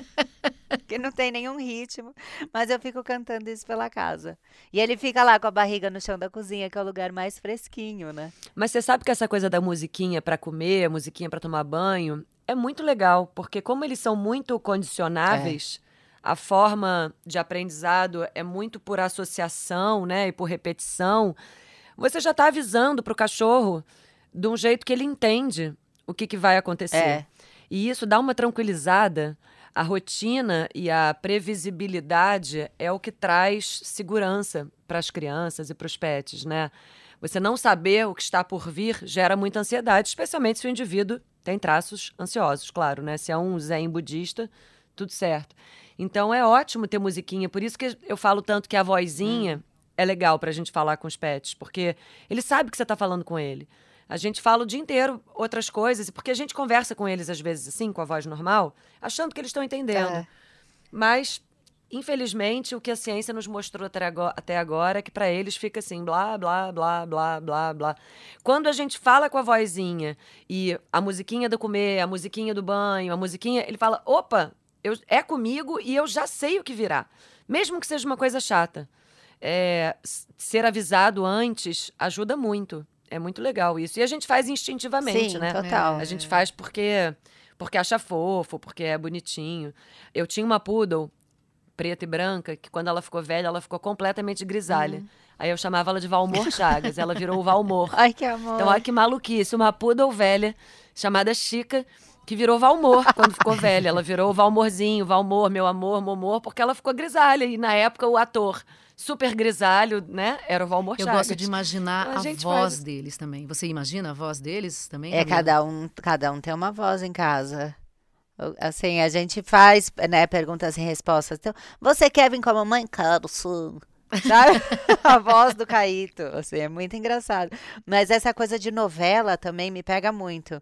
que não tem nenhum ritmo, mas eu fico cantando isso pela casa. E ele fica lá com a barriga no chão da cozinha, que é o lugar mais fresquinho, né?
Mas você sabe que essa coisa da musiquinha pra comer, musiquinha pra tomar banho, é muito legal, porque como eles são muito condicionáveis, a forma de aprendizado é muito por associação, né, e por repetição, você já está avisando para o cachorro de um jeito que ele entende o que vai acontecer. E isso dá uma tranquilizada. A rotina e a previsibilidade é o que traz segurança para as crianças e para os pets, né? Você não saber o que está por vir gera muita ansiedade, especialmente se o indivíduo tem traços ansiosos, claro, né? Se é um zen budista, tudo certo. Então é ótimo ter musiquinha, por isso que eu falo tanto que a vozinha é legal pra gente falar com os pets, porque ele sabe que você tá falando com ele. A gente fala o dia inteiro outras coisas, porque a gente conversa com eles às vezes assim, com a voz normal, achando que eles estão entendendo. Mas, infelizmente, o que a ciência nos mostrou até agora é que para eles fica assim, blá, blá, blá, blá, blá, blá. Quando a gente fala com a vozinha e a musiquinha do comer, a musiquinha do banho, a musiquinha, ele fala, opa, é comigo e eu já sei o que virá. Mesmo que seja uma coisa chata. Ser avisado antes ajuda muito. É muito legal isso. E a gente faz instintivamente,
Sim,
né?
total.
A gente faz porque acha fofo, porque é bonitinho. Eu tinha uma poodle preta e branca, que quando ela ficou velha, ela ficou completamente grisalha. Aí eu chamava ela de Valmor Chagas, ela virou o Valmor.
Ai, que amor.
Então, olha que maluquice. Uma poodle velha, chamada Chica, que virou Valmor quando ficou velha. Ela virou o Valmorzinho, Valmor, meu amor, momor, porque ela ficou grisalha. E na época o ator super grisalho, né? Era o Valmor Chagas.
Eu gosto de imaginar
Então,
a voz deles também. Você imagina a voz deles também?
Cada um tem uma voz em casa. Assim, a gente faz, né, perguntas e respostas. Então, você quer vir com a mamãe? Quero, sim. Sabe? A voz do Caíto, assim, é muito engraçado. Mas essa coisa de novela também me pega muito.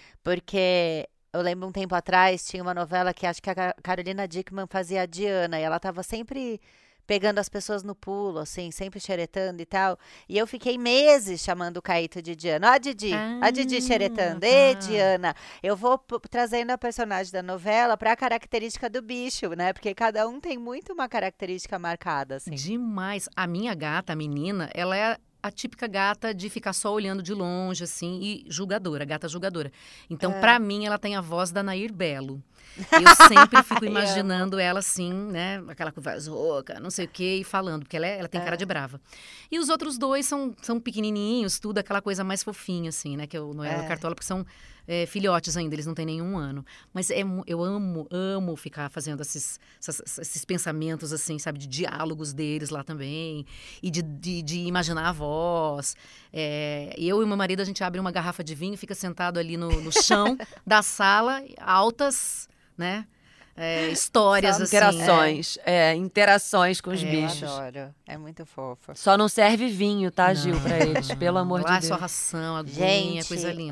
Porque eu lembro um tempo atrás, tinha uma novela que acho que a Carolina Dickmann fazia a Diana, e ela tava sempre pegando as pessoas no pulo, assim, sempre xeretando e tal. E eu fiquei meses chamando o Caíto de Diana. Ó, a Didi xeretando. Ê, Diana, eu vou trazendo a personagem da novela para a característica do bicho, né? Porque cada um tem muito uma característica marcada, assim.
Demais. A minha gata, a menina, ela é a típica gata de ficar só olhando de longe, assim, e julgadora, gata julgadora. Então, pra mim, ela tem a voz da Nair Belo. Eu sempre fico imaginando ela assim, né? Aquela com voz rouca, não sei o quê, e falando, porque ela tem cara de brava. E os outros dois são pequenininhos, tudo aquela coisa mais fofinha, assim, né? Que é o Noel e a Cartola, porque são filhotes ainda, eles não têm nenhum ano. Mas eu amo ficar fazendo esses pensamentos, assim, sabe? De diálogos deles lá também. E de imaginar a voz. Eu e meu marido, a gente abre uma garrafa de vinho, fica sentado ali no chão da sala, altas, né? Histórias,
Só
assim.
Interações com os bichos.
Eu adoro, é muito fofo.
Só não serve vinho, tá, Gil, pra eles, pelo amor de
Lá é
Deus.
só ração, aguinha,
Gente,
coisa linda.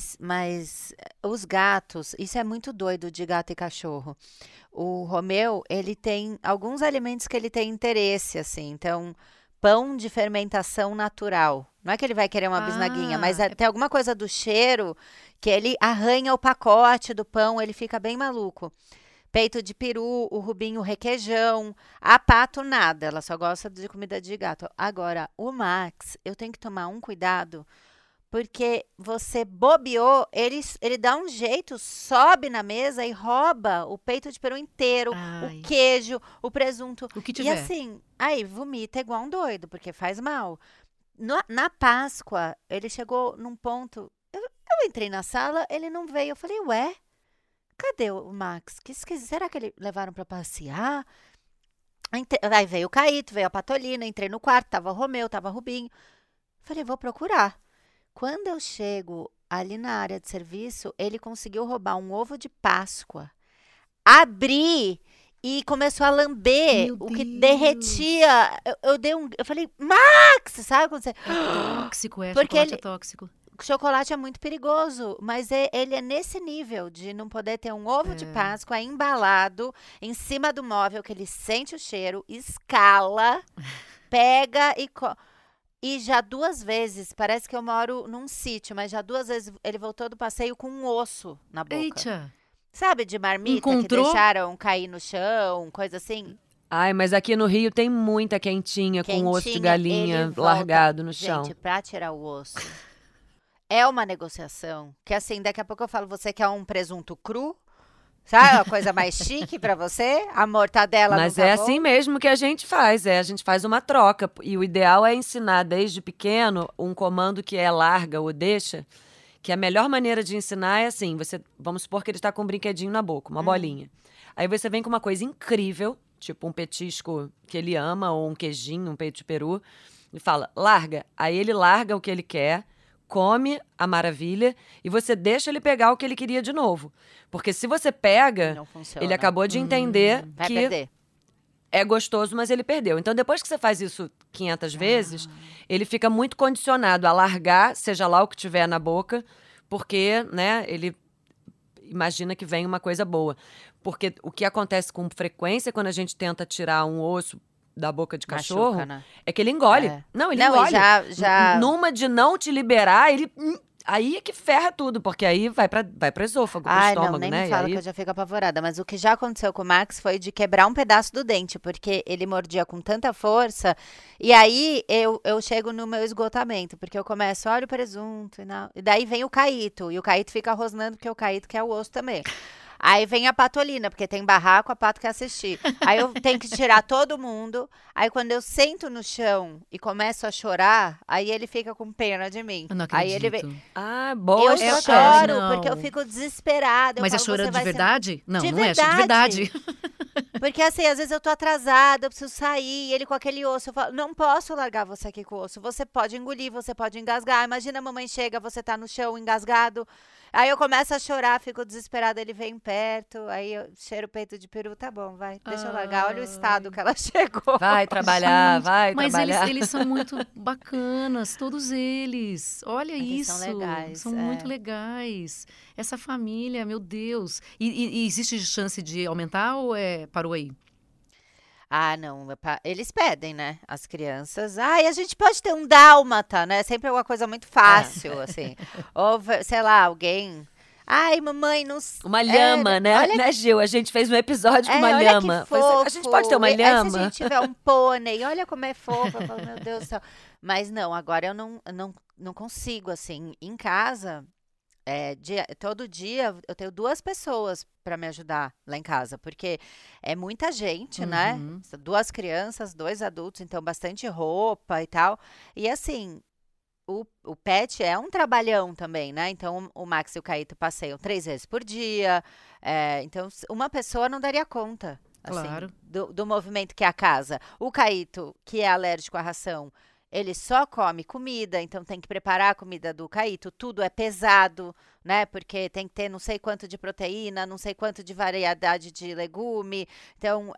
mas os gatos, isso é muito doido de gato e cachorro. O Romeu, ele tem alguns alimentos que ele tem interesse, assim. Então, pão de fermentação natural. Não é que ele vai querer uma bisnaguinha, mas tem alguma coisa do cheiro que ele arranha o pacote do pão, ele fica bem maluco. Peito de peru, o Rubinho requeijão, a Pato nada, ela só gosta de comida de gato. Agora, o Max, eu tenho que tomar um cuidado, porque você bobeou, ele dá um jeito, sobe na mesa e rouba o peito de peru inteiro, o queijo, o presunto.
O que tiver.
E assim, aí vomita igual um doido, porque faz mal. Na Páscoa, ele chegou num ponto, eu entrei na sala, ele não veio, eu falei, ué? Cadê o Max? Será que eles levaram para passear? Aí veio o Caíto, veio a Patolina, entrei no quarto, tava o Romeu, tava o Rubinho. Falei, vou procurar. Quando eu chego ali na área de serviço, ele conseguiu roubar um ovo de Páscoa, abrir e começou a lamber o que derretia. Eu falei, Max, sabe quando você...
Tóxico,
Porque
chocolate é tóxico.
Chocolate é muito perigoso, mas ele é nesse nível de não poder ter um ovo de Páscoa embalado em cima do móvel, que ele sente o cheiro, escala, pega e já 2 vezes, parece que eu moro num sítio, mas já 2 vezes ele voltou do passeio com um osso na boca.
Eita!
Sabe, de marmita
Encontrou?
que deixaram cair no chão, coisa assim?
Ai, mas aqui no Rio tem muita quentinha com osso de galinha
ele volta.
largado no chão.
Gente, pra tirar o osso... É uma negociação, que assim, daqui a pouco eu falo, você quer um presunto cru, Sabe uma coisa mais chique pra você? A mortadela
Mas
não tá
é
bom?
assim mesmo que a gente faz. A gente faz uma troca. E o ideal é ensinar desde pequeno um comando que é larga ou deixa, que a melhor maneira de ensinar é assim, vamos supor que ele está com um brinquedinho na boca, uma bolinha. Aí você vem com uma coisa incrível, tipo um petisco que ele ama, ou um queijinho, um peito de peru, e fala, larga. Aí ele larga o que ele quer, come a maravilha, e você deixa ele pegar o que ele queria de novo. Porque se você pega,
Não funciona.
ele acabou de entender
Vai
que
perder.
é gostoso, mas ele perdeu. Então, depois que você faz isso 500 vezes, ele fica muito condicionado a largar, seja lá o que tiver na boca, porque, né, ele imagina que vem uma coisa boa. Porque o que acontece com frequência quando a gente tenta tirar um osso da boca de cachorro
Machuca, né?
é que ele engole.
É.
Não, ele
Não, e
engole.
já-
Numa de não te liberar, ele... Aí é que ferra tudo, porque aí vai pro esôfago, pro
Ai,
estômago,
não, nem
né?
me
E
fala
aí...
que eu já fico apavorada. Mas o que já aconteceu com o Max foi de quebrar um pedaço do dente, porque ele mordia com tanta força. E aí eu chego no meu esgotamento, porque eu começo, olha o presunto, e daí vem o Caíto. E o Caíto fica rosnando, porque o Caíto quer o osso também. Aí vem a Patolina, porque tem barraco, a Pato quer assistir. Aí eu tenho que tirar todo mundo. Aí quando eu sento no chão e começo a chorar, aí ele fica com pena de mim.
Eu não
Aí
acredito.
ele vem.
Ah, boa
Eu
estratégia.
choro,
Não.
porque eu fico desesperada. Eu
Mas é
falo,
chorando
"Você
de
vai ser
verdade? Não,
De
não é, choro de verdade.
Porque assim, às vezes eu tô atrasada, eu preciso sair, e ele com aquele osso, eu falo, não posso largar você aqui com o osso. Você pode engolir, você pode engasgar. Imagina a mamãe chega, você tá no chão engasgado. Aí eu começo a chorar, fico desesperada, ele vem perto, aí eu cheiro o peito de peru, tá bom, vai, deixa eu largar. Olha o estado que ela chegou.
Vai trabalhar,
Gente,
vai
mas
trabalhar.
eles são muito bacanas, todos eles. Olha
Eles
isso.
são legais,
São muito legais. Essa família, meu Deus. E existe chance de aumentar ou parou aí?
Ah, não, eles pedem, né, as crianças. Ai, a gente pode ter um dálmata, né? Sempre é uma coisa muito fácil, assim. Ou, sei lá, alguém... Ai, mamãe, não...
Uma lhama, né?
olha
Né, Gil? A gente fez um episódio com uma
olha
lhama.
que fofo.
A gente pode ter uma
Aí,
lhama?
se a gente tiver um pônei, olha como é fofo. Eu falo, meu Deus do céu. Mas não, agora eu não consigo, assim. Em casa, todo dia eu tenho 2 pessoas para me ajudar lá em casa. Porque é muita gente, né? 2 crianças, 2 adultos, então bastante roupa e tal. E assim... O pet é um trabalhão também, né? Então, o Max e o Caíto passeiam 3 vezes por dia. Então, uma pessoa não daria conta, assim,
Claro.
do movimento que é a casa. O Caíto, que é alérgico à ração, ele só come comida, então tem que preparar a comida do Caíto. Tudo é pesado, né? Porque tem que ter não sei quanto de proteína, não sei quanto de variedade de legume. Então,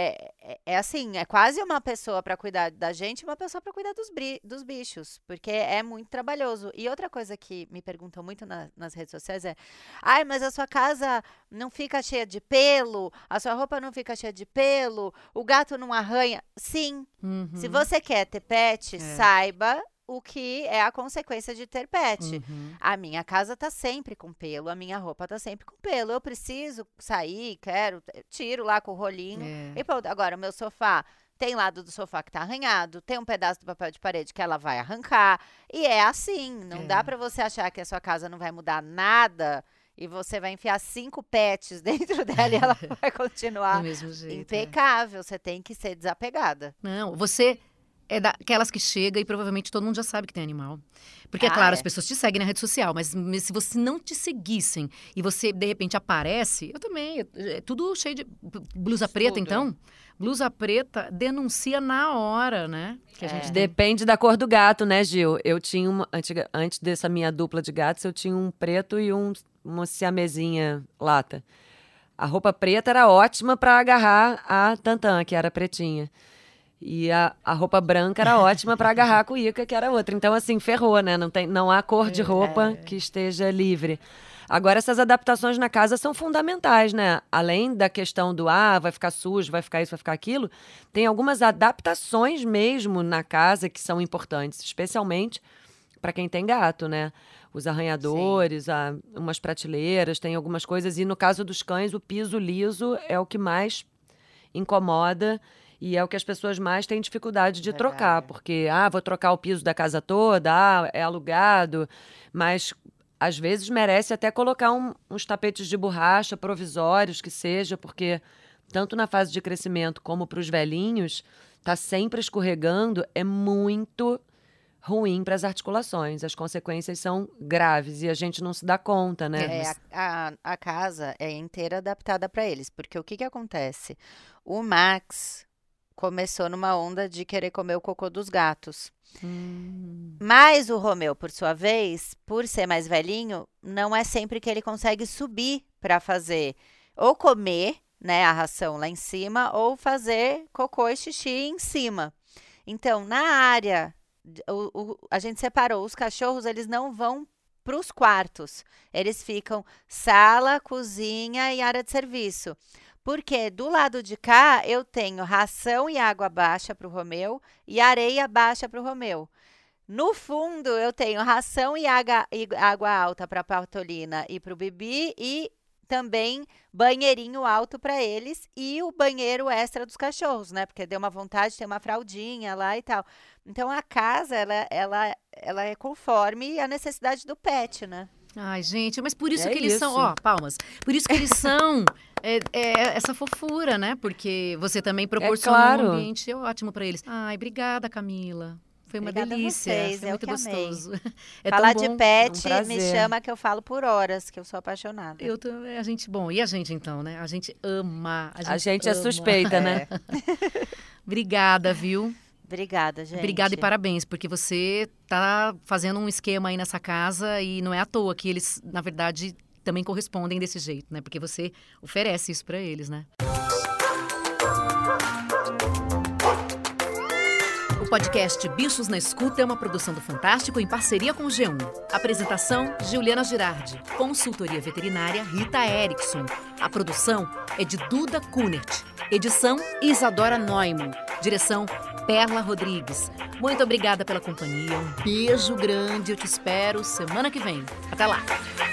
é assim, é quase uma pessoa para cuidar da gente e uma pessoa para cuidar dos bichos, porque é muito trabalhoso. E outra coisa que me perguntam muito nas redes sociais é: ai, mas a sua casa não fica cheia de pelo? A sua roupa não fica cheia de pelo? O gato não arranha? Sim. Se você quer ter pet, saiba o que é a consequência de ter pet. A minha casa tá sempre com pelo, a minha roupa tá sempre com pelo. Eu preciso sair, tiro lá com o rolinho. E pronto. Agora, o meu sofá, tem lado do sofá que tá arranhado, tem um pedaço do papel de parede que ela vai arrancar. E é assim, não dá pra você achar que a sua casa não vai mudar nada e você vai enfiar 5 pets dentro dela e ela vai continuar
Do mesmo jeito.
impecável. Você tem que ser desapegada.
Não, você é daquelas que chega e provavelmente todo mundo já sabe que tem animal. Porque, é claro, as pessoas te seguem na rede social, mas se você não te seguissem e você, de repente, aparece, eu também, é tudo cheio de... Blusa preta,
Tudo.
então? Blusa preta denuncia na hora, né? Que a gente tem.
Depende da cor do gato, né, Gil? Eu tinha antes dessa minha dupla de gatos, eu tinha um preto e uma siamesinha lata. A roupa preta era ótima para agarrar a Tantan, que era pretinha. E a roupa branca era ótima para agarrar a Cuíca, que era outra. Então, assim, ferrou, né? Não há cor de roupa que esteja livre. Agora, essas adaptações na casa são fundamentais, né? Além da questão do, vai ficar sujo, vai ficar isso, vai ficar aquilo, tem algumas adaptações mesmo na casa que são importantes, especialmente para quem tem gato, né? Os arranhadores, umas prateleiras, tem algumas coisas. E no caso dos cães, o piso liso é o que mais incomoda e é o que as pessoas mais têm dificuldade de trocar. Porque, vou trocar o piso da casa toda, é alugado, mas às vezes merece até colocar uns tapetes de borracha provisórios, que seja, porque tanto na fase de crescimento como para os velhinhos, tá sempre escorregando, é muito ruim para as articulações. As consequências são graves e a gente não se dá conta, né?
A casa é inteira adaptada para eles, porque o que acontece? O Max começou numa onda de querer comer o cocô dos gatos. Mas o Romeu, por sua vez, por ser mais velhinho, não é sempre que ele consegue subir para fazer ou comer, né, a ração lá em cima, ou fazer cocô e xixi em cima. Então, na área, a gente separou os cachorros, eles não vão para os quartos. Eles ficam sala, cozinha e área de serviço. Porque do lado de cá eu tenho ração e água baixa para o Romeu e areia baixa para o Romeu. No fundo eu tenho ração e água alta para a Patolina e para o Bibi e também banheirinho alto para eles e o banheiro extra dos cachorros, né? Porque deu uma vontade de ter uma fraldinha lá e tal. Então a casa ela é conforme a necessidade do pet, né?
Ai, gente, mas por isso que eles são, ó, palmas. Por isso que eles são essa fofura, né? Porque você também proporciona um ambiente ótimo para eles. Ai, obrigada, Camila. Foi uma delícia, foi muito gostoso.
Falar de pet, me chama que eu falo por horas, que eu sou apaixonada.
A gente, bom, e a gente então, né? A gente ama.
A gente é suspeita, né?
Obrigada, viu?
Obrigada, gente.
Obrigada e parabéns, porque você tá fazendo um esquema aí nessa casa e não é à toa que eles, na verdade, também correspondem desse jeito, né? Porque você oferece isso para eles, né? O podcast Bichos na Escuta é uma produção do Fantástico em parceria com o G1. Apresentação, Juliana Girardi. Consultoria veterinária, Rita Erickson. A produção é de Duda Kunert. Edição, Isadora Neumann. Direção, Perla Rodrigues. Muito obrigada pela companhia. Um beijo grande. Eu te espero semana que vem. Até lá.